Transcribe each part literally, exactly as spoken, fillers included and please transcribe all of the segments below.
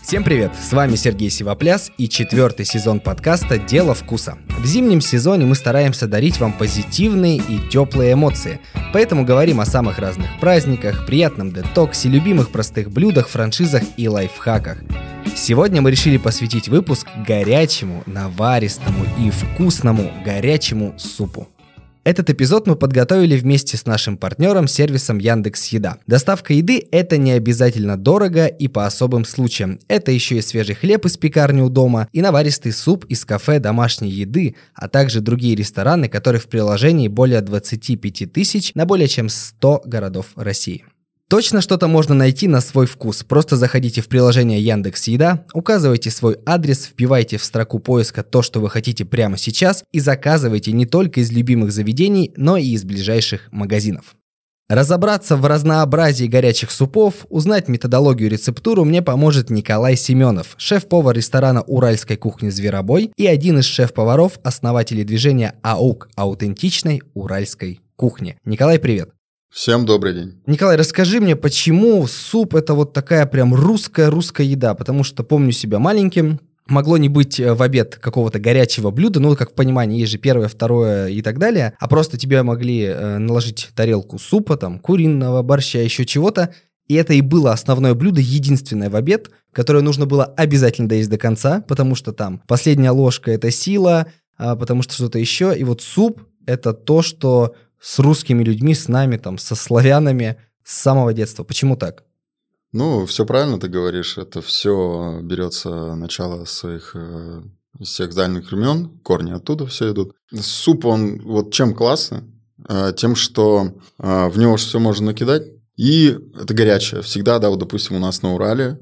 Всем привет! С вами Сергей Сивопляс и четвертый сезон подкаста «Дело вкуса». В зимнем сезоне мы стараемся дарить вам позитивные и теплые эмоции, поэтому говорим о самых разных праздниках, приятном детоксе, любимых простых блюдах, франшизах и лайфхаках. Сегодня мы решили посвятить выпуск горячему, наваристому и вкусному горячему супу. Этот эпизод мы подготовили вместе с нашим партнером сервисом Яндекс.Еда. Доставка еды – это не обязательно дорого и по особым случаям. Это еще и свежий хлеб из пекарни у дома, и наваристый суп из кафе домашней еды, а также другие рестораны, которые в приложении более двадцать пять тысяч на более чем сто городов России. Точно что-то можно найти на свой вкус. Просто заходите в приложение Яндекс.Еда, указывайте свой адрес, вбивайте в строку поиска то, что вы хотите прямо сейчас, и заказывайте не только из любимых заведений, но и из ближайших магазинов. Разобраться в разнообразии горячих супов, узнать методологию и рецептуру мне поможет Николай Семенов, шеф-повар ресторана уральской кухни «Зверобой» и один из шеф-поваров, основателей движения АУК – аутентичной уральской кухни. Николай, привет! Всем добрый день. Николай, расскажи мне, почему суп – это вот такая прям русская-русская еда? Потому что помню себя маленьким, могло не быть в обед какого-то горячего блюда, ну, как в понимании, есть же первое, второе и так далее, а просто тебе могли э, наложить тарелку супа, там, куриного, борща, еще чего-то, и это и было основное блюдо, единственное в обед, которое нужно было обязательно доесть до конца, потому что там последняя ложка – это сила, а, потому что что-то еще, и вот суп – это то, что с русскими людьми, с нами, там, со славянами с самого детства. Почему так? Ну, все правильно ты говоришь. Это все берется начало своих э, всех дальних времен, корни оттуда все идут. Суп, он вот чем классный? Э, тем, что э, в него все можно накидать. И это горячее. Всегда, да, вот, допустим, у нас на Урале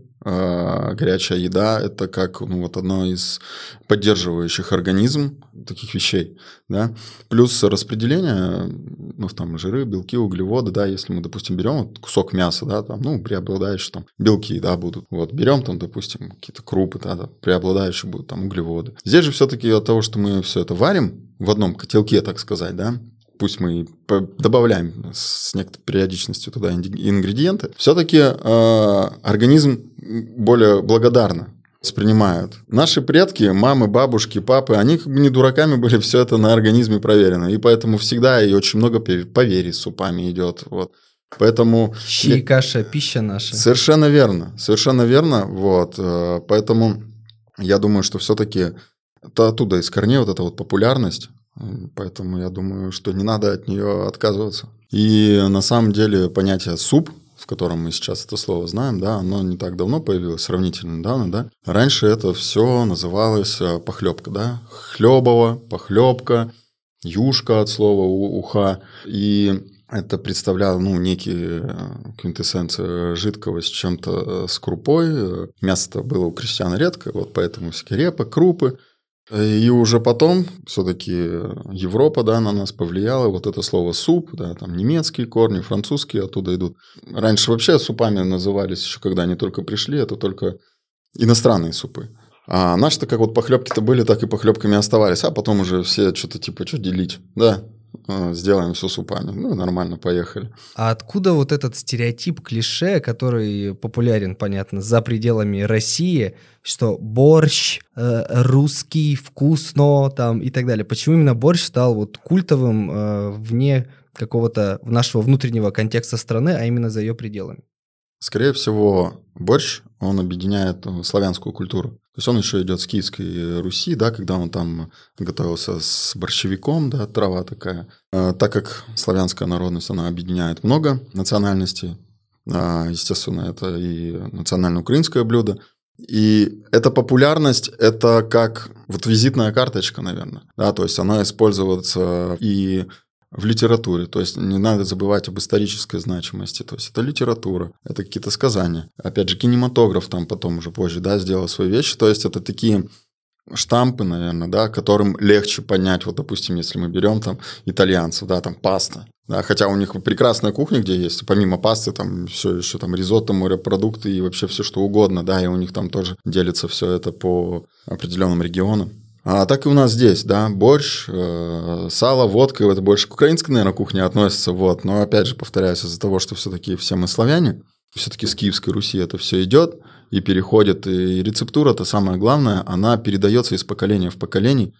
э, горячая еда – это как ну, вот одно из поддерживающих организм таких вещей, да, плюс распределение, ну, там, жиры, белки, углеводы, да, если мы, допустим, берем вот кусок мяса, да, там, ну, преобладающие там белки, да, будут, вот, берем там, допустим, какие-то крупы, да, да, преобладающие будут там углеводы. Здесь же все-таки от того, что мы все это варим в одном котелке, так сказать, да, пусть мы добавляем с некоторой периодичностью туда ингредиенты, все-таки э, организм более благодарно воспринимают. Наши предки, мамы, бабушки, папы, они как бы не дураками были, все это на организме проверено. И поэтому всегда и очень много поверий с супами идет. Вот. Поэтому... Щи и каша, пища наша. Совершенно верно. Совершенно верно. Вот. Поэтому я думаю, что все-таки это оттуда из корней вот эта вот популярность. Поэтому я думаю, что не надо от нее отказываться. И на самом деле понятие суп, в котором мы сейчас это слово знаем, да, оно не так давно появилось, сравнительно недавно, да. Раньше это все называлось похлебка, да, хлебово, похлебка, юшка от слова уха, и это представляло, ну, некий квинтэссенцию жидкого с чем-то, с крупой. Мясо-то было у крестьян редко, вот поэтому всякие репа, крупы. И уже потом все-таки Европа, да, на нас повлияла. Вот это слово суп, да, там немецкие корни, французские оттуда идут. Раньше вообще супами назывались, еще когда они только пришли, это только иностранные супы. А наши-то как вот похлебки-то были, так и похлебками оставались. А потом уже все что-то типа, что делить, да, сделаем все супами. Ну, нормально, поехали. А откуда вот этот стереотип, клише, который популярен, понятно, за пределами России, что борщ, э, русский, вкусно там и так далее? Почему именно борщ стал вот культовым э, вне какого-то нашего внутреннего контекста страны, а именно за ее пределами? Скорее всего, борщ, он объединяет славянскую культуру. То есть он еще идет с Киевской Руси, да, когда он там готовился с борщевиком, да, трава такая. Так как славянская народность, она объединяет много национальностей, естественно, это и национально-украинское блюдо. И эта популярность, это как вот визитная карточка, наверное. Да, то есть она используется и в литературе, то есть не надо забывать об исторической значимости, то есть это литература, это какие-то сказания. Опять же, кинематограф там потом уже позже, да, сделал свои вещи, то есть это такие штампы, наверное, да, которым легче понять, вот, допустим, если мы берем там итальянцев, да, там паста, да, хотя у них прекрасная кухня, где есть, помимо пасты, там все еще там ризотто, морепродукты и вообще все что угодно, да, и у них там тоже делится все это по определенным регионам. А так и у нас здесь, да, борщ, э, сало, водка, это больше к украинской, наверное, кухне относится, вот, но опять же, повторяюсь, из-за того, что все-таки все мы славяне, все-таки с Киевской Руси это все идет, и переходит. И рецептура-то самое главное, она передается из поколения в поколение.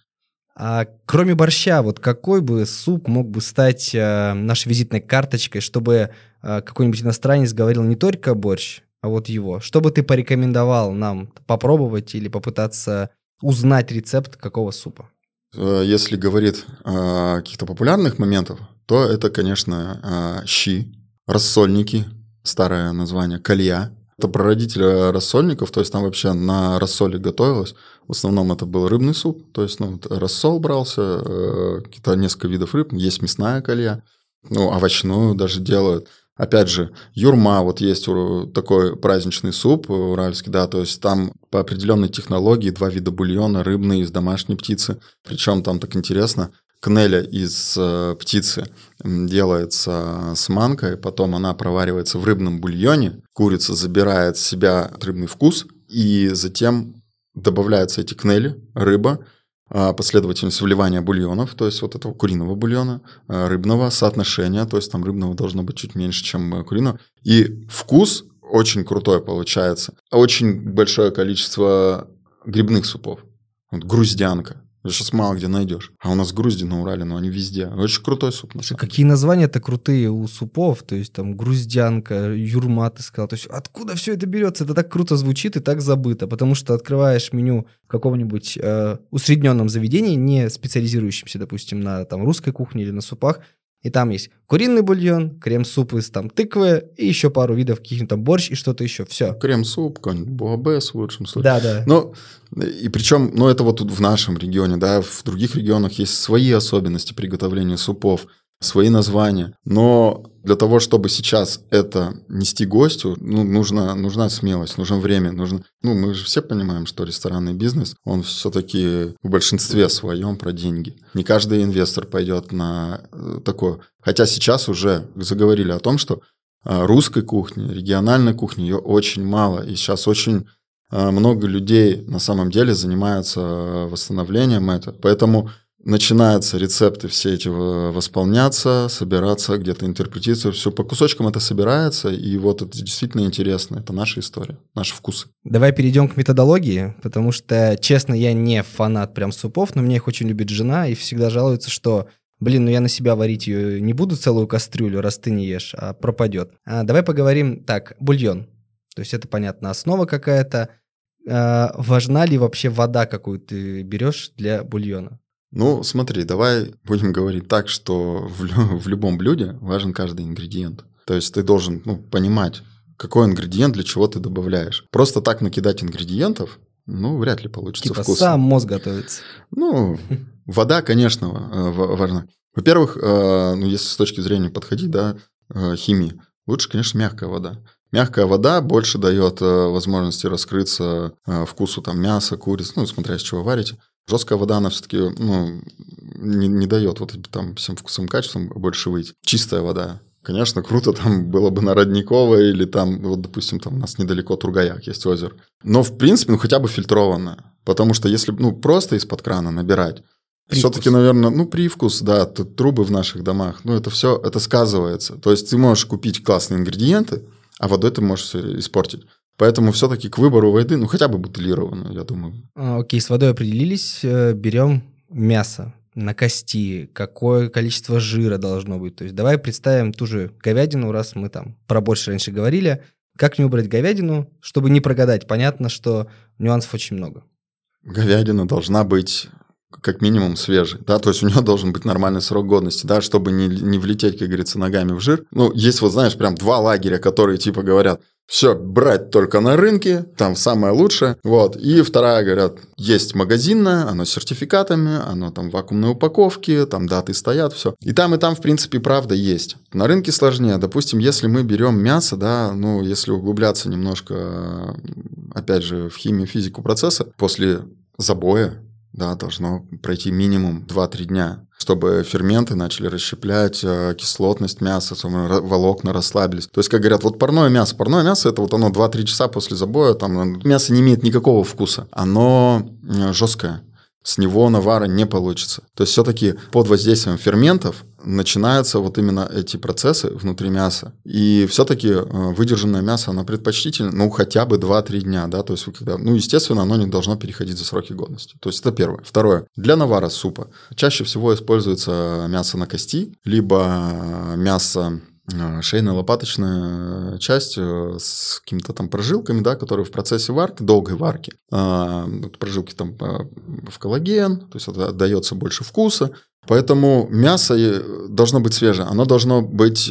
А кроме борща, вот какой бы суп мог бы стать э, нашей визитной карточкой, чтобы э, какой-нибудь иностранец говорил не только борщ, а вот его? Что бы ты порекомендовал нам попробовать или попытаться узнать рецепт какого супа? Если говорить о каких-то популярных моментах, то это, конечно, щи, рассольники, старое название, калья. Это прародитель рассольников, то есть там вообще на рассоле готовилось. В основном это был рыбный суп, то есть ну, рассол брался, какие-то несколько видов рыб, есть мясная калья, ну, овощную даже делают. Опять же, юрма, вот есть такой праздничный суп уральский, да, то есть там по определенной технологии два вида бульона, рыбный из домашней птицы. Причем там так интересно, кнеля из э, птицы делается с манкой, потом она проваривается в рыбном бульоне, курица забирает в себя рыбный вкус, и затем добавляются эти кнели, рыба, последовательность вливания бульонов, то есть вот этого куриного бульона, рыбного соотношения, то есть там рыбного должно быть чуть меньше, чем куриного. И вкус очень крутой получается. Очень большое количество грибных супов. Вот груздянка. Сейчас мало где найдешь. А у нас грузди на Урале, но они везде. Очень крутой суп. На самом Какие названия-то крутые у супов, то есть там груздянка, юрма, ты сказал. То есть откуда все это берется? Это так круто звучит и так забыто, потому что открываешь меню в каком-нибудь э, усредненном заведении, не специализирующемся, допустим, на там, русской кухне или на супах, и там есть куриный бульон, крем-суп из там, тыквы и еще пару видов каких-нибудь там борщ и что-то еще. Все. Крем-суп, какой-нибудь буабес в лучшем случае. Да, да. Но, и причем, ну, это вот тут в нашем регионе, да, в других регионах есть свои особенности приготовления супов, свои названия. Но для того, чтобы сейчас это нести гостю, ну, нужна, нужна смелость, нужно время. Нужно... Ну, мы же все понимаем, что ресторанный бизнес, он все-таки в большинстве своем про деньги. Не каждый инвестор пойдет на такое. Хотя сейчас уже заговорили о том, что русской кухни, региональной кухни, ее очень мало. И сейчас очень много людей на самом деле занимаются восстановлением этого. Поэтому начинаются рецепты все эти восполняться, собираться, где-то интерпретироваться. Все по кусочкам это собирается, и вот это действительно интересно. Это наша история, наши вкусы. Давай перейдем к методологии, потому что, честно, я не фанат прям супов, но мне их очень любит жена, и всегда жалуется, что, блин, ну я на себя варить ее не буду целую кастрюлю, раз ты не ешь, а пропадет. А, давай поговорим так, бульон. То есть это, понятно, основа какая-то. А, важна ли вообще вода, какую ты берешь для бульона? Ну, смотри, давай будем говорить так, что в, в любом блюде важен каждый ингредиент. То есть ты должен ну, понимать, какой ингредиент для чего ты добавляешь. Просто так накидать ингредиентов, ну, вряд ли получится типа вкусно. Сам мозг готовится. Ну, вода, конечно, важна. Во-первых, ну, если с точки зрения подходить, да, химии, лучше, конечно, мягкая вода. Мягкая вода больше дает возможности раскрыться вкусу там, мяса, курицы, ну, смотря из чего варите. Жесткая вода, она все-таки ну, не, не дает вот там всем вкусовым качествам больше выйти. Чистая вода. Конечно, круто там было бы на Родниковой или там, вот, допустим, там у нас недалеко Тургаяк есть озеро. Но, в принципе, ну, хотя бы фильтрованная. Потому что если ну, просто из-под крана набирать, все-таки, наверное, ну, привкус, да, трубы в наших домах, ну, это все, это сказывается. То есть ты можешь купить классные ингредиенты, а водой ты можешь все испортить. Поэтому все-таки к выбору воды, ну, хотя бы бутылированную, я думаю. Окей, с водой определились. Берем мясо на кости. Какое количество жира должно быть? То есть давай представим ту же говядину, раз мы там про борщ раньше говорили. Как не убрать говядину, чтобы не прогадать? Понятно, что нюансов очень много. Говядина должна быть как минимум свежей, да, то есть у нее должен быть нормальный срок годности, да, чтобы не, не влететь, как говорится, ногами в жир. Ну, есть вот, знаешь, прям два лагеря, которые типа говорят, все, брать только на рынке, там самое лучшее, вот. И вторая, говорят, есть магазинное, оно с сертификатами, оно там в вакуумной упаковке, там даты стоят, все. И там, и там, в принципе, правда есть. На рынке сложнее. Допустим, если мы берем мясо, да, ну, если углубляться немножко, опять же, в химию, физику процесса, после забоя, да, должно пройти минимум два-три дня, чтобы ферменты начали расщеплять кислотность мяса, волокна расслабились. То есть, как говорят, вот парное мясо. Парное мясо – это вот оно два-три часа после забоя, там мясо не имеет никакого вкуса. Оно жесткое, с него навара не получится. То есть все-таки под воздействием ферментов начинаются вот именно эти процессы внутри мяса. И все-таки выдержанное мясо, оно предпочтительно, ну, хотя бы два-три дня, да, то есть, когда, ну, естественно, оно не должно переходить за сроки годности. То есть, это первое. Второе. Для навара супа чаще всего используется мясо на кости, либо мясо шейно-лопаточная часть с какими-то там прожилками, да, которые в процессе варки, долгой варки, прожилки там в коллаген, то есть это отдается больше вкуса. Поэтому мясо должно быть свежее, оно должно быть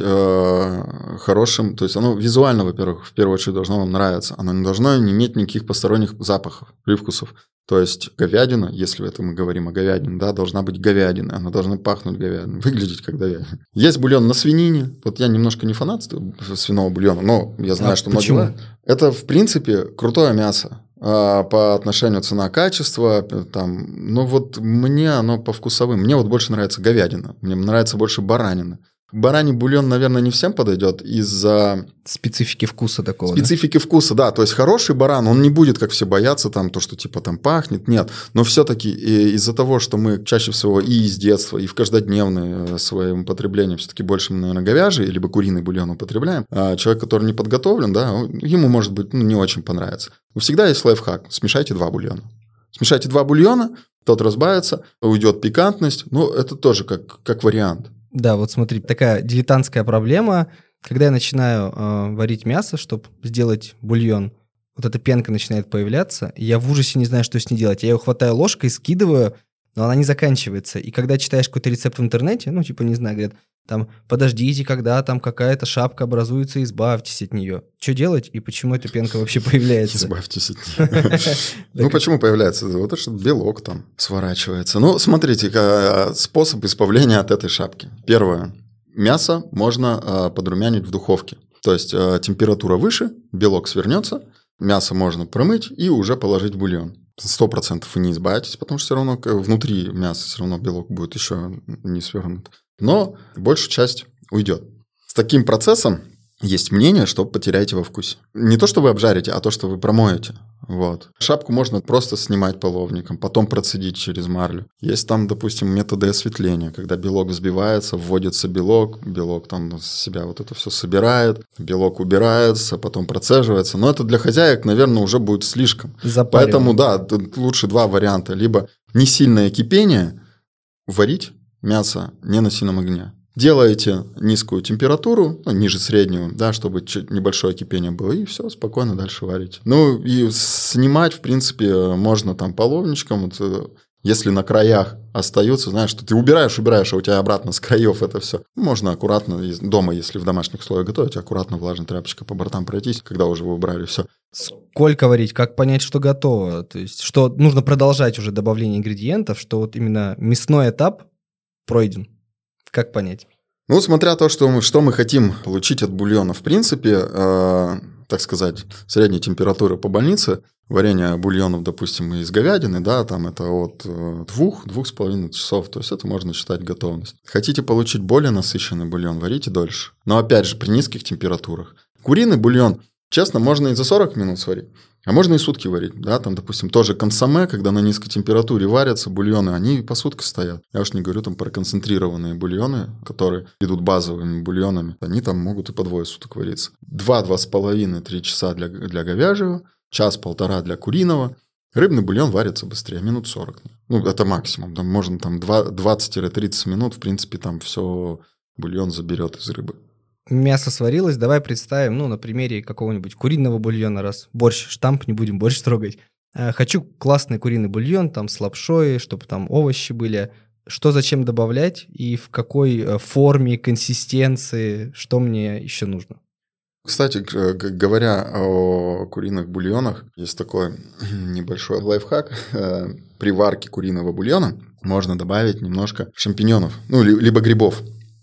э, хорошим, то есть оно визуально, во-первых, в первую очередь должно вам нравиться, оно не должно не иметь никаких посторонних запахов, привкусов. То есть говядина, если это мы говорим о говядине, да, должна быть говядина, она должна пахнуть говядиной, выглядеть как говядина. Есть бульон на свинине, вот я немножко не фанат свиного бульона, но я знаю, а что почему? Многие... Это, в принципе, крутое мясо. По отношению цена-качество, там, ну вот мне оно по вкусовым, мне вот больше нравится говядина, мне нравится больше баранина. Бараний бульон, наверное, не всем подойдет из-за... Специфики вкуса такого, Специфики да? вкуса, да. То есть, хороший баран, он не будет, как все боятся, там, то, что типа там пахнет, нет. Но все-таки из-за того, что мы чаще всего и из детства, и в каждодневное своем потреблении все-таки больше, наверное, говяжий, либо куриный бульон употребляем, а человек, который не подготовлен, да, ему, может быть, ну, не очень понравится. Всегда есть лайфхак. Смешайте два бульона. Смешайте два бульона, тот разбавится, уйдет пикантность. Ну, это тоже как, как вариант. Да, вот смотри, такая дилетантская проблема. Когда я начинаю э, варить мясо, чтобы сделать бульон, вот эта пенка начинает появляться, и я в ужасе не знаю, что с ней делать. Я ее хватаю ложкой, скидываю, но она не заканчивается. И когда читаешь какой-то рецепт в интернете, ну, типа, не знаю, говорят, там, подождите, когда там какая-то шапка образуется, избавьтесь от нее. Что делать и почему эта пенка вообще появляется? Избавьтесь от нее. Ну, почему появляется? Вот это что белок там сворачивается. Ну, смотрите, способ избавления от этой шапки. Первое. Мясо можно подрумянить в духовке. То есть температура выше, белок свернется, мясо можно промыть и уже положить в бульон. Сто процентов вы не избавитесь, потому что все равно внутри мяса все равно белок будет еще не свернут. Но большая часть уйдет. С таким процессом есть мнение, что потеряете во вкусе. Не то, что вы обжарите, а то, что вы промоете. Вот. Шапку можно просто снимать половником, потом процедить через марлю. Есть там, допустим, методы осветления, когда белок взбивается, вводится белок, белок там себя вот это все собирает, белок убирается, потом процеживается. Но это для хозяек, наверное, уже будет слишком. Поэтому, да, лучше два варианта. Либо не сильное кипение, варить мясо не на сильном огне. Делаете низкую температуру, ну, ниже среднего, да, чтобы чуть небольшое кипение было, и все, спокойно дальше варите. Ну, и снимать, в принципе, можно там половничком, вот, если на краях остаются, знаешь, что ты убираешь, убираешь, а у тебя обратно с краев это все. Можно аккуратно, дома, если в домашних условиях готовить, аккуратно влажной тряпочкой по бортам пройтись, когда уже вы убрали все. Сколько варить, как понять, что готово? То есть, что нужно продолжать уже добавление ингредиентов, что вот именно мясной этап пройден. Как понять? Ну, смотря то, что мы, что мы хотим получить от бульона. В принципе, э, так сказать, средней температуры по больнице, варенье бульонов, допустим, из говядины, да, там это от двух-двух с половиной часов, то есть это можно считать готовность. Хотите получить более насыщенный бульон, варите дольше. Но опять же, при низких температурах. Куриный бульон, честно, можно и за сорок минут сварить. А можно и сутки варить, да, там, допустим, тоже консоме, когда на низкой температуре варятся бульоны, они по сутки стоят. Я уж не говорю там про концентрированные бульоны, которые идут базовыми бульонами, они там могут и по двое суток вариться. Два-два с половиной, три часа для, для говяжьего, час-полтора для куриного. Рыбный бульон варится быстрее, минут сорок. Ну, это максимум, там можно там двадцать-тридцать минут, в принципе, там все бульон заберет из рыбы. Мясо сварилось, давай представим, ну, на примере какого-нибудь куриного бульона, раз борщ, штамп, не будем борщ трогать. Хочу классный куриный бульон, там, с лапшой, чтобы там овощи были. Что, зачем добавлять и в какой форме, консистенции, что мне еще нужно? Кстати, говоря о куриных бульонах, есть такой небольшой лайфхак. При варке куриного бульона можно добавить немножко шампиньонов, ну, либо грибов.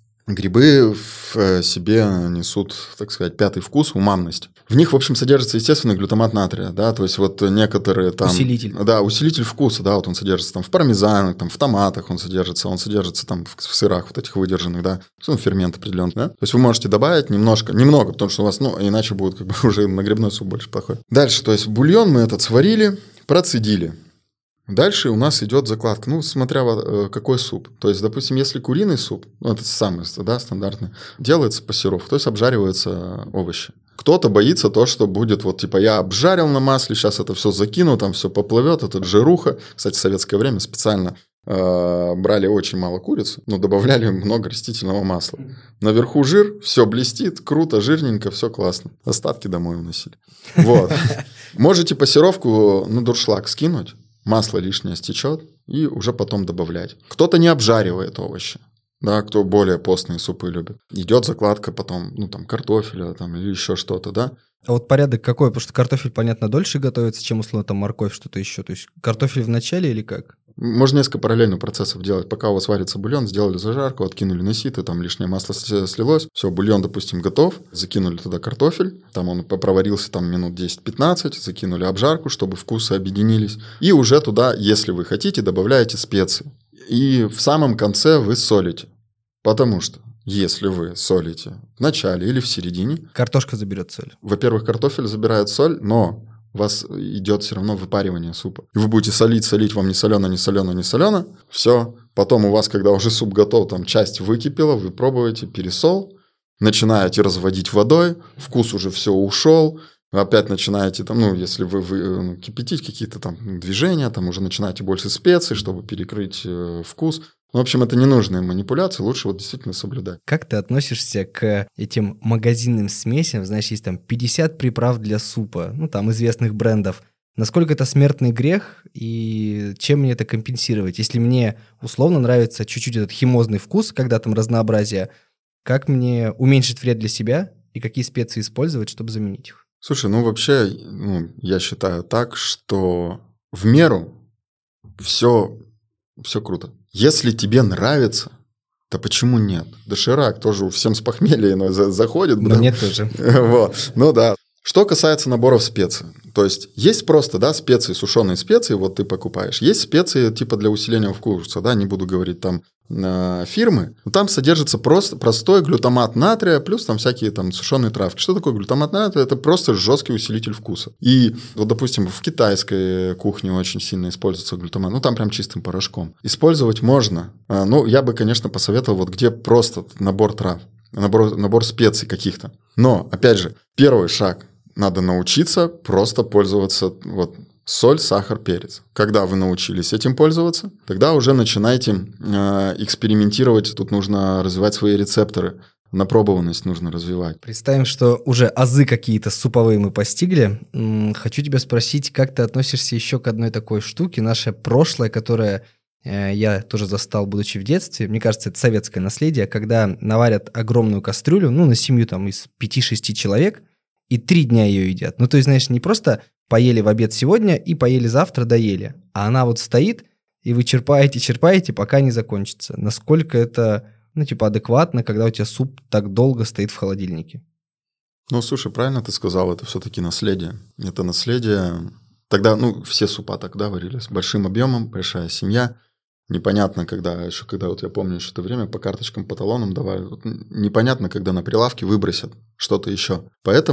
Грибы в себе несут, так сказать, пятый вкус, умамность. В них, в общем, содержится естественный глютамат натрия, да, то есть вот некоторые там... Усилитель. Да, усилитель вкуса, да, вот он содержится там в пармезанах, там в томатах он содержится, он содержится там в, в сырах вот этих выдержанных, да, ну, фермент определенный, да. То есть вы можете добавить немножко, немного, потому что у вас, ну, иначе будет как бы уже на грибной суп больше подходит. Дальше, то есть бульон мы этот сварили, процедили. Дальше у нас идет закладка, ну, смотря какой суп. То есть, допустим, если куриный суп, ну, это самый, да, стандартный, делается пассировка, то есть обжариваются овощи. Кто-то боится то, что будет вот типа я обжарил на масле, сейчас это все закину, там все поплывет, это жируха. Кстати, в советское время специально э, брали очень мало курицы, но добавляли много растительного масла. Наверху жир, все блестит, круто, жирненько, все классно. Остатки домой уносили. Вот. Можете пассировку на дуршлаг скинуть, масло лишнее стечет и уже потом добавлять. Кто-то не обжаривает овощи. Да, кто более постные супы любит. Идет закладка потом, ну, там, картофеля там, или еще что-то, да. А вот порядок какой? Потому что картофель, понятно, дольше готовится, чем, условно, там, морковь, что-то еще. То есть картофель в начале или как? Можно несколько параллельных процессов делать. Пока у вас варится бульон, сделали зажарку, откинули на сито, там лишнее масло слилось. Все, бульон, допустим, готов. Закинули туда картофель. Там он проварился там, минут десять-пятнадцать. Закинули обжарку, чтобы вкусы объединились. И уже туда, если вы хотите, добавляете специи. И в самом конце вы солите. Потому что если вы солите в начале или в середине... Картошка заберет соль. Во-первых, картофель забирает соль, но у вас идет все равно выпаривание супа. И вы будете солить, солить, вам не солено, не солено, не солено. Все. Потом у вас, когда уже суп готов, там часть выкипела, вы пробуете пересол, начинаете разводить водой, вкус уже все ушел. Вы опять начинаете, там, ну, если вы, вы ну, кипятить какие-то там движения, там уже начинаете больше специй, чтобы перекрыть э, вкус. В общем, это ненужные манипуляции, лучше вот действительно соблюдать. Как ты относишься к этим магазинным смесям? Знаешь, есть там пятьдесят приправ для супа, ну, там, известных брендов. Насколько это смертный грех и чем мне это компенсировать? Если мне условно нравится чуть-чуть этот химозный вкус, когда там разнообразие, как мне уменьшить вред для себя и какие специи использовать, чтобы заменить их? Слушай, ну, вообще, ну, я считаю так, что в меру все, все круто. Если тебе нравится, то почему нет? Доширак тоже всем с похмелья заходит. Но мне тоже. Вот. Ну да. Что касается наборов специй. То есть, есть просто, да, специи, сушеные специи, вот ты покупаешь. Есть специи типа для усиления вкуса, да, не буду говорить там э, фирмы. Но там содержится просто простой глютамат натрия, плюс там всякие там сушеные травки. Что такое глютамат натрия? Это просто жесткий усилитель вкуса. И вот, допустим, в китайской кухне очень сильно используется глютамат. Ну, там прям чистым порошком. Использовать можно. А, ну, я бы, конечно, посоветовал, вот где просто набор трав, набор, набор специй каких-то. Но, опять же, первый шаг – надо научиться просто пользоваться вот соль, сахар, перец. Когда вы научились этим пользоваться, тогда уже начинайте э, экспериментировать. Тут нужно развивать свои рецепторы. Напробованность нужно развивать. Представим, что уже азы какие-то суповые мы постигли. М-м, хочу тебя спросить, как ты относишься еще к одной такой штуке, наше прошлое, которое э, я тоже застал, будучи в детстве. Мне кажется, это советское наследие, когда наварят огромную кастрюлю, ну, на семью там из пяти-шести человек, и три дня ее едят. Ну, то есть, знаешь, не просто поели в обед сегодня и поели завтра, доели, а она вот стоит, и вы черпаете, черпаете, пока не закончится. Насколько это, ну, типа, адекватно, когда у тебя суп так долго стоит в холодильнике? Ну, слушай, правильно ты сказал, это все-таки наследие. Это наследие... Тогда, ну, все супа тогда варили с большим объемом, большая семья. Непонятно, когда, еще когда, вот я помню, что это время по карточкам, по талонам давали. Вот непонятно, когда на прилавке выбросят что-то еще.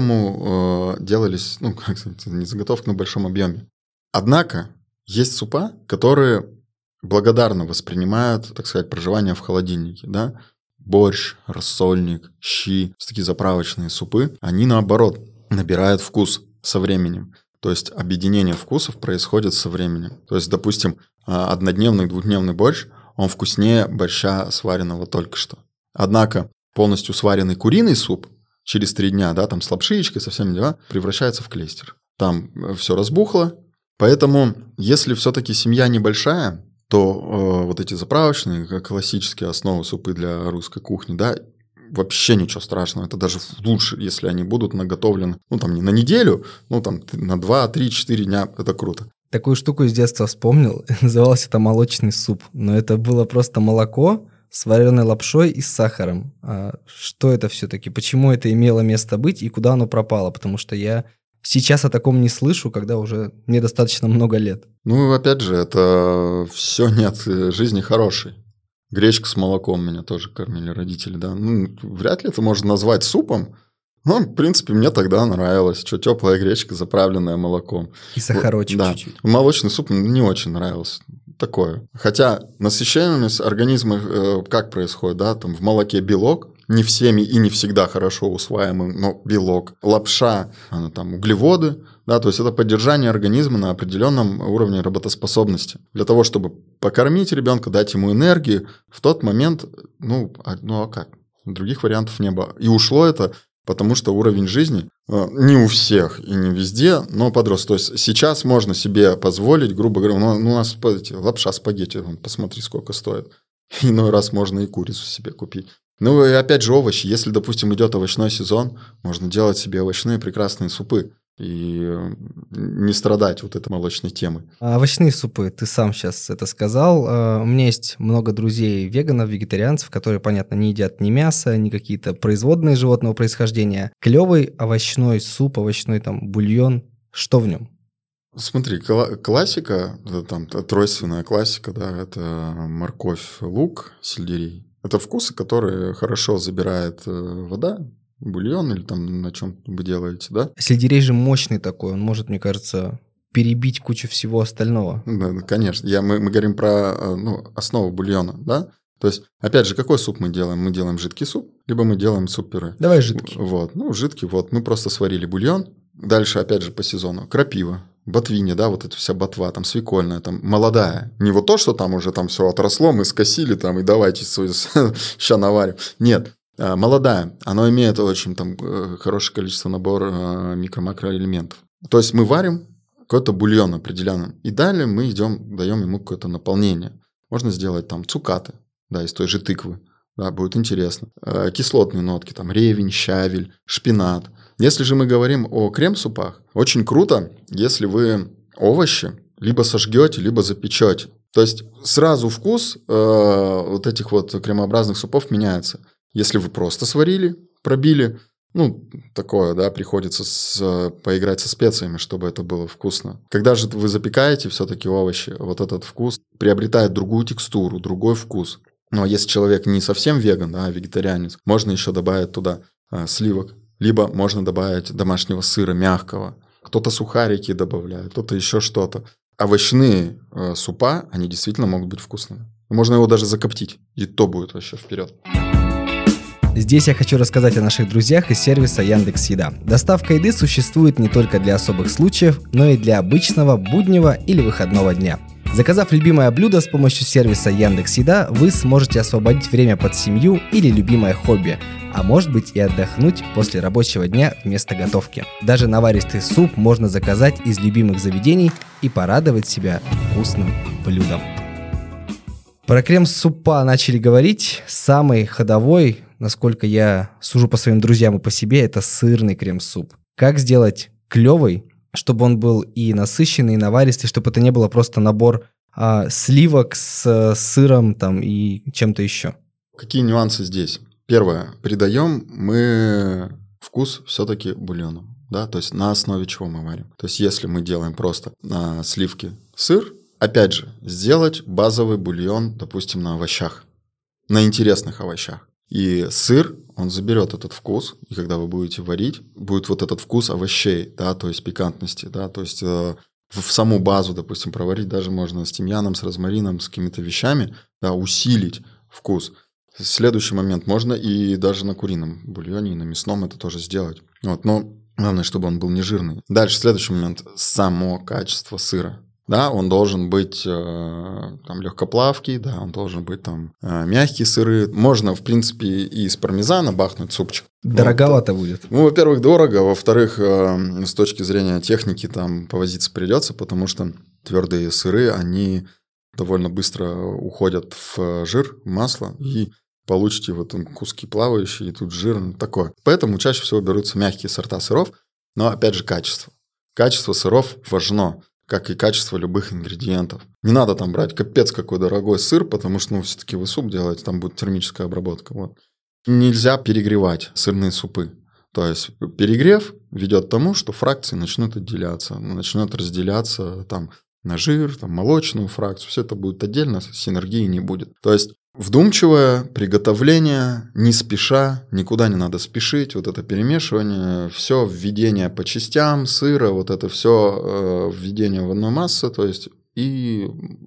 Поэтому э, делались, ну, как сказать, не заготовки на большом объеме. Однако есть супа, которые благодарно воспринимают, так сказать, проживание в холодильнике, да. Борщ, рассольник, щи, такие заправочные супы, они наоборот набирают вкус со временем. То есть объединение вкусов происходит со временем. То есть, допустим, однодневный, двухдневный борщ, он вкуснее борща, сваренного только что. Однако полностью сваренный куриный суп через три дня, да, там с лапшичкой, со всеми делами, превращается в клейстер. Там все разбухло. Поэтому, если все-таки семья небольшая, то э, вот эти заправочные, классические основы супы для русской кухни, да, вообще ничего страшного. Это даже лучше, если они будут наготовлены, ну, там, не на неделю, ну, там, на два, три, четыре дня. Это круто. Такую штуку из детства вспомнил. Называлось это молочный суп. Но это было просто молоко с вареной лапшой и с сахаром. А что это все-таки? Почему это имело место быть и куда оно пропало? Потому что я сейчас о таком не слышу, когда уже мне достаточно много лет. Ну, опять же, это все не от жизни хорошей. Гречка с молоком меня тоже кормили родители, да. Ну, вряд ли это можно назвать супом, Ну, в принципе, мне тогда нравилось, что теплая гречка, заправленная молоком. И сахарочек да. чуть-чуть. Молочный суп не очень нравился. Такое. Хотя насыщение организма э, как происходит, да, там в молоке белок, не всеми и не всегда хорошо усваиваемый, но белок. Лапша, она, там углеводы, да, то есть это поддержание организма на определенном уровне работоспособности. Для того, чтобы покормить ребенка, дать ему энергию, в тот момент, ну, а, ну а как? Других вариантов не было. И ушло это... Потому что уровень жизни э, не у всех и не везде, но подрос. То есть сейчас можно себе позволить, грубо говоря, ну, ну у нас эти, лапша спагетти, вон, посмотри, сколько стоит. Иной раз можно и курицу себе купить. Ну и опять же овощи. Если, допустим, идет овощной сезон, можно делать себе овощные прекрасные супы и не страдать вот этой молочной темой. А овощные супы, ты сам сейчас это сказал. У меня есть много друзей веганов, вегетарианцев, которые, понятно, не едят ни мясо, ни какие-то производные животного происхождения. Клевый овощной суп, овощной там бульон, что в нем? Смотри, классика, там тройственная классика, да, это морковь, лук, сельдерей. Это вкусы, которые хорошо забирает вода, бульон или там на чем вы делаете, да? Сельдерей же мощный такой, он может, мне кажется, перебить кучу всего остального. Да, конечно. Я, мы, мы говорим про ну, основу бульона, да? То есть, опять же, какой суп мы делаем? Мы делаем жидкий суп, либо мы делаем суп-пюре. Давай жидкий. Вот, ну, жидкий, вот. Мы просто сварили бульон. Дальше, опять же, по сезону. Крапива, ботвиня, да, вот эта вся ботва, там, свекольная, там, молодая. Не вот то, что там уже там все отросло, мы скосили там, и давайте ща наварим. Нет. Молодая, она имеет очень там хорошее количество набора микро-макроэлементов. То есть мы варим какой-то бульон определенный, и далее мы идем, даем ему какое-то наполнение. Можно сделать там цукаты, да, из той же тыквы, да, будет интересно. Кислотные нотки, там ревень, щавель, шпинат. Если же мы говорим о крем-супах, очень круто, если вы овощи либо сожгете, либо запечете. То есть сразу вкус э, вот этих вот кремообразных супов меняется. Если вы просто сварили, пробили, ну, такое, да, приходится с, поиграть со специями, чтобы это было вкусно. Когда же вы запекаете все-таки овощи, вот этот вкус приобретает другую текстуру, другой вкус. Но если человек не совсем веган, а вегетарианец, можно еще добавить туда а, сливок, либо можно добавить домашнего сыра мягкого. Кто-то сухарики добавляет, кто-то еще что-то. Овощные э, супа, они действительно могут быть вкусными. Можно его даже закоптить, и то будет вообще вперед. Здесь я хочу рассказать о наших друзьях из сервиса Яндекс.Еда. Доставка еды существует не только для особых случаев, но и для обычного, буднего или выходного дня. Заказав любимое блюдо с помощью сервиса Яндекс.Еда, вы сможете освободить время под семью или любимое хобби, а может быть и отдохнуть после рабочего дня вместо готовки. Даже наваристый суп можно заказать из любимых заведений и порадовать себя вкусным блюдом. Про крем-супа начали говорить. Самый ходовой, насколько я сужу по своим друзьям и по себе, это сырный крем-суп. Как сделать клевый, чтобы он был и насыщенный, и наваристый, чтобы это не было просто набор а, сливок с а, сыром там, и чем-то еще? Какие нюансы здесь? Первое. Придаем мы вкус все-таки бульону. Да? То есть на основе чего мы варим. То есть если мы делаем просто а, сливки, сыр, опять же, сделать базовый бульон, допустим, на овощах, на интересных овощах. И сыр, он заберет этот вкус, и когда вы будете варить, будет вот этот вкус овощей, да, то есть пикантности, да, то есть э, в саму базу, допустим, проварить даже можно с тимьяном, с розмарином, с какими-то вещами, да, усилить вкус. Следующий момент, можно и даже на курином бульоне, и на мясном это тоже сделать. Вот, но главное, чтобы он был не жирный. Дальше, следующий момент, само качество сыра. Да, он должен быть э, там легкоплавкий, да, он должен быть там э, мягкие сыры. Можно, в принципе, и из пармезана бахнуть супчик. Дороговато вот. будет. Ну, во-первых, дорого, во-вторых, э, с точки зрения техники там повозиться придется, потому что твердые сыры, они довольно быстро уходят в жир, в масло, и получите вот куски плавающие, и тут жир, ну, такое. Поэтому чаще всего берутся мягкие сорта сыров, но, опять же, качество. Качество сыров важно, как и качество любых ингредиентов. Не надо там брать капец какой дорогой сыр, потому что, ну, все-таки вы суп делаете, там будет термическая обработка. Вот. Нельзя перегревать сырные супы. То есть перегрев ведет к тому, что фракции начнут отделяться, начнут разделяться там на жир, там, молочную фракцию. Все это будет отдельно, синергии не будет. То есть Вдумчивое приготовление, не спеша, никуда не надо спешить, вот это перемешивание, все введение по частям сыра, вот это все э, введение в одну массу, то есть и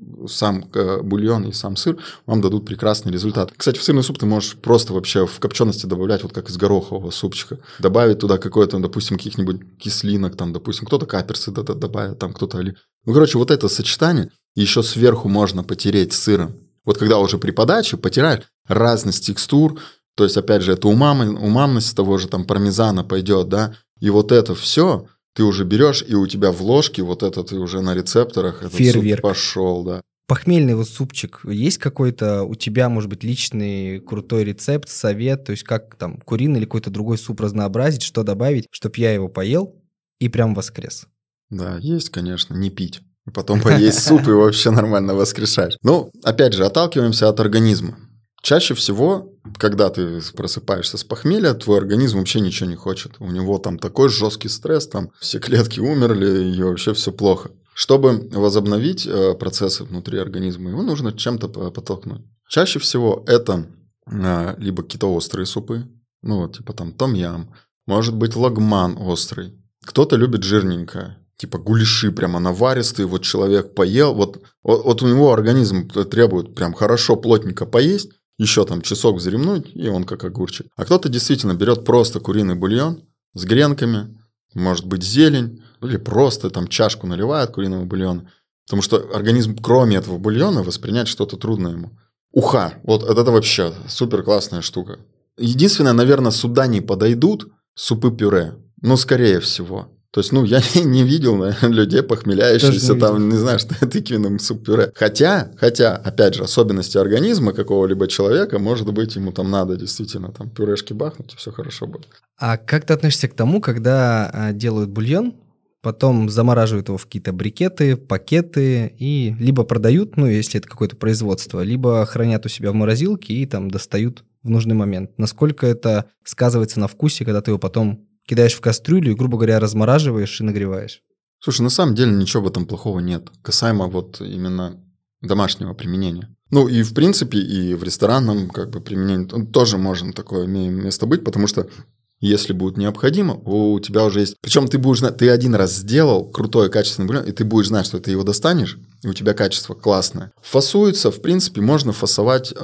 сам э, бульон и сам сыр вам дадут прекрасный результат. Кстати, в сырный суп ты можешь просто вообще в копчености добавлять, вот как из горохового супчика, добавить туда какое-то, допустим, каких-нибудь кислинок, там, допустим, кто-то каперсы добавит, там кто-то... Ну, короче, вот это сочетание, еще сверху можно потереть сыром. Вот когда уже при подаче потираешь, разность текстур, то есть, опять же, это умам, умамность того же там пармезана пойдет, да, и вот это все ты уже берешь, и у тебя в ложке вот это ты уже на рецепторах, этот Фейерверк. суп пошел, да. Похмельный вот супчик, есть какой-то у тебя, может быть, личный крутой рецепт, совет, то есть как там куриный или какой-то другой суп разнообразить, что добавить, чтобы я его поел и прям воскрес? Да, есть, конечно, не пить. Потом поесть суп и вообще нормально воскрешаешь. Ну, опять же, отталкиваемся от организма. Чаще всего, когда ты просыпаешься с похмелья, твой организм вообще ничего не хочет. У него там такой жесткий стресс, там все клетки умерли, и вообще все плохо. Чтобы возобновить процессы внутри организма, его нужно чем-то подтолкнуть. Чаще всего это либо какие-то острые супы, ну вот типа там том-ям, может быть лагман острый. Кто-то любит жирненькое. Типа гуляши прямо наваристые, вот человек поел, вот, вот, вот у него организм требует прям хорошо, плотненько поесть, еще там часок вздремнуть, и он как огурчик. А кто-то действительно берет просто куриный бульон с гренками, может быть зелень, или просто там чашку наливает куриного бульона, потому что организм кроме этого бульона воспринять что-то трудно ему. Уха, вот это вообще супер классная штука. Единственное, наверное, сюда не подойдут супы-пюре, но скорее всего. То есть, ну, я не видел, наверное, людей, похмеляющихся там, не знаю, что тыквенным суп-пюре. Хотя, хотя, опять же, особенности организма какого-либо человека, может быть, ему там надо действительно там пюрешки бахнуть, и все хорошо будет. А как ты относишься к тому, когда а, делают бульон, потом замораживают его в какие-то брикеты, пакеты и либо продают, ну, если это какое-то производство, либо хранят у себя в морозилке и там достают в нужный момент? Насколько это сказывается на вкусе, когда ты его потом кидаешь в кастрюлю и, грубо говоря, размораживаешь и нагреваешь? Слушай, на самом деле ничего в этом плохого нет, касаемо вот именно домашнего применения. Ну и в принципе и в ресторанном как бы применении тоже можно такое место быть, потому что если будет необходимо, у тебя уже есть... Причем ты будешь знать, ты один раз сделал крутой качественный бульон, и ты будешь знать, что ты его достанешь, и у тебя качество классное. Фасуется, в принципе, можно фасовать э,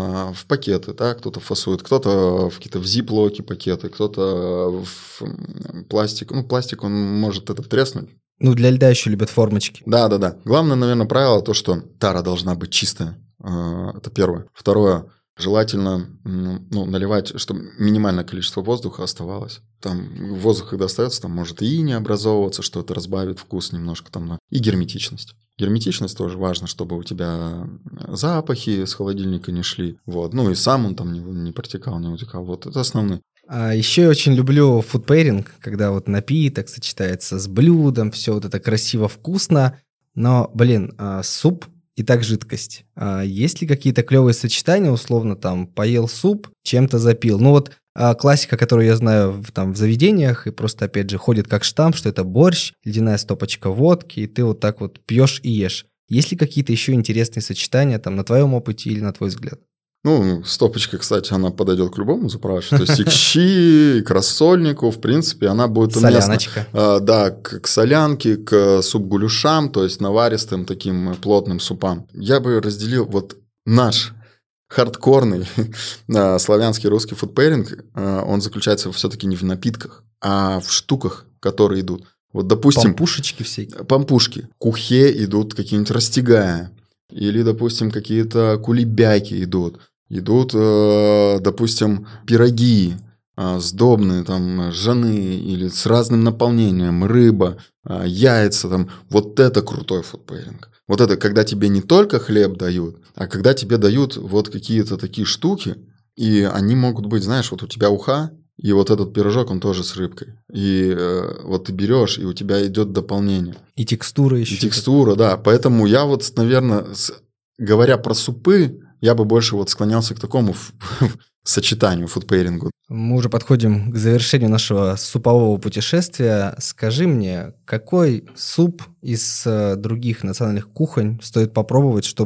в пакеты, да, кто-то фасует, кто-то в какие-то в зип-локи пакеты, кто-то в пластик. Ну, пластик, он может это треснуть. Ну, для льда еще любят формочки. Да-да-да. Главное, наверное, правило то, что тара должна быть чистая. Э, это первое. Второе. Желательно ну, наливать, чтобы минимальное количество воздуха оставалось. Там воздух, когда остается, там может и не образовываться, что это разбавит вкус немножко. Там, и герметичность. Герметичность тоже важно, чтобы у тебя запахи с холодильника не шли. Вот. Ну и сам он там не, не протекал, не утекал. Вот это основные. А еще я очень люблю фудпейринг, когда вот напиток сочетается с блюдом, все вот это красиво, вкусно. Но, блин, суп и так жидкость. А есть ли какие-то клевые сочетания, условно, там, поел суп, чем-то запил? Ну вот а, классика, которую я знаю в, там, в заведениях, и просто, опять же, ходит как штамп, что это борщ, ледяная стопочка водки, и ты вот так вот пьешь и ешь. Есть ли какие-то еще интересные сочетания, там, на твоем опыте или на твой взгляд? Ну, стопочка, кстати, она подойдет к любому заправочному. То есть и к щи, и к рассольнику, в принципе, она будет уместна. Соляночка. А, да, к, к солянке, к суп-гулюшам, то есть наваристым таким плотным супам. Я бы разделил вот наш хардкорный славянский русский фудпейринг, он заключается все-таки не в напитках, а в штуках, которые идут. Вот, допустим... Пампушечки всякие. Пампушки. К ухе идут какие-нибудь растягая. Или, допустим, какие-то кулебяки идут. Идут, допустим, пироги сдобные, там, ржаные или с разным наполнением, рыба, яйца. Там. Вот это крутой фудпейринг. Вот это, когда тебе не только хлеб дают, а когда тебе дают вот какие-то такие штуки, и они могут быть, знаешь, вот у тебя уха, и вот этот пирожок, он тоже с рыбкой. И э, вот ты берешь, и у тебя идет дополнение. И текстура еще. И текстура, да. Поэтому я вот, наверное, с, говоря про супы, я бы больше вот склонялся к такому ф- сочетанию, фудпейрингу. Мы уже подходим к завершению нашего супового путешествия. Скажи мне, какой суп из других национальных кухонь стоит попробовать, чтобы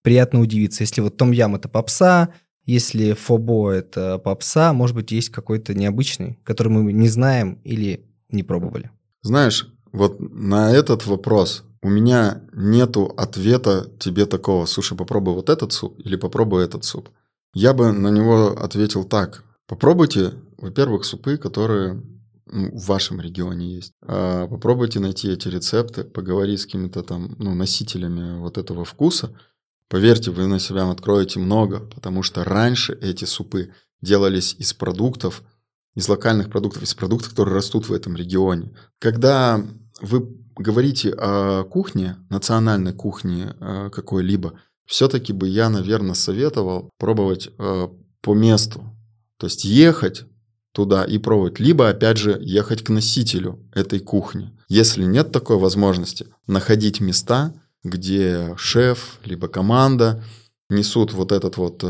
приятно удивиться. Если вот том-ям это попса, если фобо это попса, может быть, есть какой-то необычный, который мы не знаем или не пробовали. Знаешь, вот на этот вопрос у меня нету ответа тебе такого: слушай, попробуй вот этот суп или попробуй этот суп. Я бы на него ответил так: попробуйте, во-первых, супы, которые ну, в вашем регионе есть. А попробуйте найти эти рецепты, поговорить с какими-то там ну, носителями вот этого вкуса. Поверьте, вы на себя откроете много, потому что раньше эти супы делались из продуктов, из локальных продуктов, из продуктов, которые растут в этом регионе. Когда вы говорите о кухне, национальной кухне какой-либо, все-таки бы я, наверное, советовал пробовать по месту. То есть ехать туда и пробовать. Либо, опять же, ехать к носителю этой кухни. Если нет такой возможности, находить места, где шеф, либо команда несут вот этот вот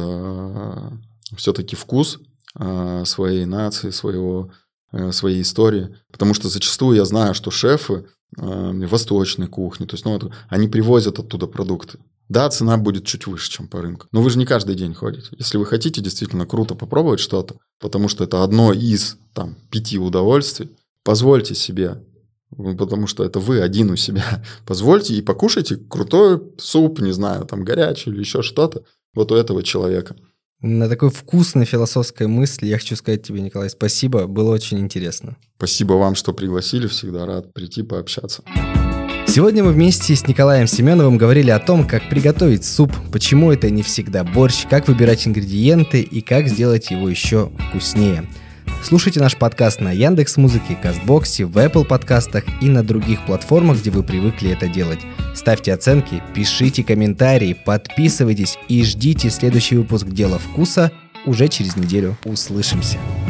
э, все-таки вкус э, своей нации, своего, э, своей истории. Потому что зачастую я знаю, что шефы э, восточной кухни, то есть, ну, вот, они привозят оттуда продукты. Да, цена будет чуть выше, чем по рынку. Но вы же не каждый день ходите. Если вы хотите действительно круто попробовать что-то, потому что это одно из там, пяти удовольствий, позвольте себе, потому что это вы один у себя, позвольте и покушайте крутой суп, не знаю, там горячий или еще что-то, вот у этого человека. На такой вкусной философской мысли я хочу сказать тебе, Николай, спасибо, было очень интересно. Спасибо вам, что пригласили, всегда рад прийти пообщаться. Сегодня мы вместе с Николаем Семеновым говорили о том, как приготовить суп, почему это не всегда борщ, как выбирать ингредиенты и как сделать его еще вкуснее. Слушайте наш подкаст на Яндекс.Музыке, Кастбоксе, в Apple подкастах и на других платформах, где вы привыкли это делать. Ставьте оценки, пишите комментарии, подписывайтесь и ждите следующий выпуск «Дела вкуса» уже через неделю. Услышимся!